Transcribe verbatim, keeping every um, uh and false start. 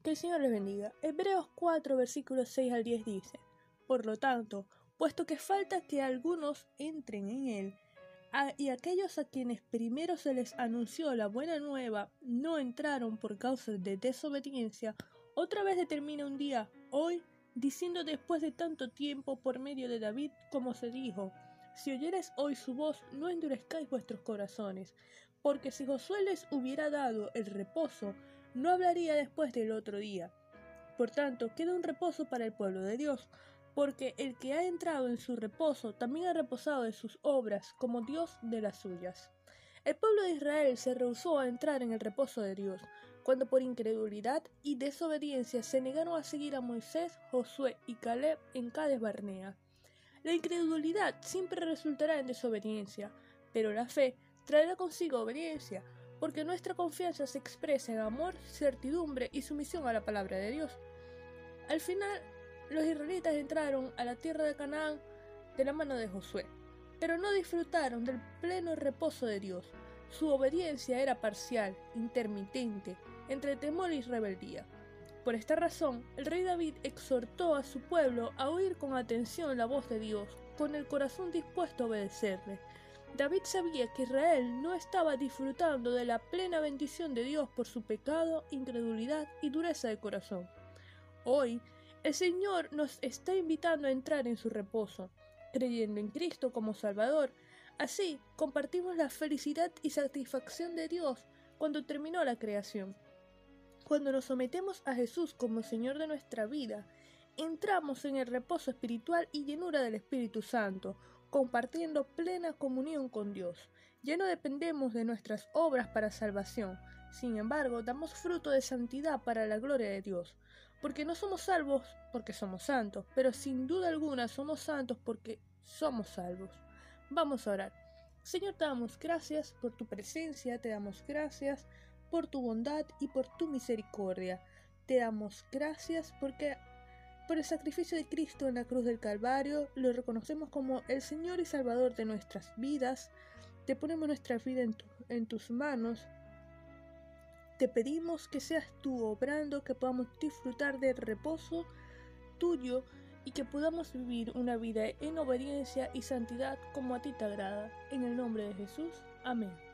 Que el Señor les bendiga. Hebreos cuatro, versículos seis al diez dice: Por lo tanto, puesto que falta que algunos entren en él, a, y aquellos a quienes primero se les anunció la buena nueva no entraron por causa de desobediencia, otra vez determina un día, hoy, diciendo después de tanto tiempo por medio de David, como se dijo: Si oyeres hoy su voz, no endurezcáis vuestros corazones, porque si Josué les hubiera dado el reposo, no hablaría después del otro día. Por tanto, queda un reposo para el pueblo de Dios, porque el que ha entrado en su reposo también ha reposado de sus obras, como Dios de las suyas. El pueblo de Israel se rehusó a entrar en el reposo de Dios, cuando por incredulidad y desobediencia se negaron a seguir a Moisés, Josué y Caleb en Cades Barnea. La incredulidad siempre resultará en desobediencia, pero la fe traerá consigo obediencia, porque nuestra confianza se expresa en amor, certidumbre y sumisión a la palabra de Dios. Al final, los israelitas entraron a la tierra de Canaán de la mano de Josué, pero no disfrutaron del pleno reposo de Dios. Su obediencia era parcial, intermitente, entre temor y rebeldía. Por esta razón, el rey David exhortó a su pueblo a oír con atención la voz de Dios, con el corazón dispuesto a obedecerle. David sabía que Israel no estaba disfrutando de la plena bendición de Dios por su pecado, incredulidad y dureza de corazón. Hoy, el Señor nos está invitando a entrar en su reposo, creyendo en Cristo como Salvador. Así, compartimos la felicidad y satisfacción de Dios cuando terminó la creación. Cuando nos sometemos a Jesús como Señor de nuestra vida, entramos en el reposo espiritual y llenura del Espíritu Santo, compartiendo plena comunión con Dios. Ya no dependemos de nuestras obras para salvación, sin embargo, damos fruto de santidad para la gloria de Dios, porque no somos salvos porque somos santos, pero sin duda alguna somos santos porque somos salvos. Vamos a orar. Señor, te damos gracias por tu presencia, te damos gracias por tu bondad y por tu misericordia. Te damos gracias porque por el sacrificio de Cristo en la cruz del Calvario, lo reconocemos como el Señor y Salvador de nuestras vidas. Te ponemos nuestra vida en, tu, en tus manos. Te pedimos que seas tú obrando, que podamos disfrutar del reposo tuyo y que podamos vivir una vida en obediencia y santidad como a ti te agrada. En el nombre de Jesús. Amén.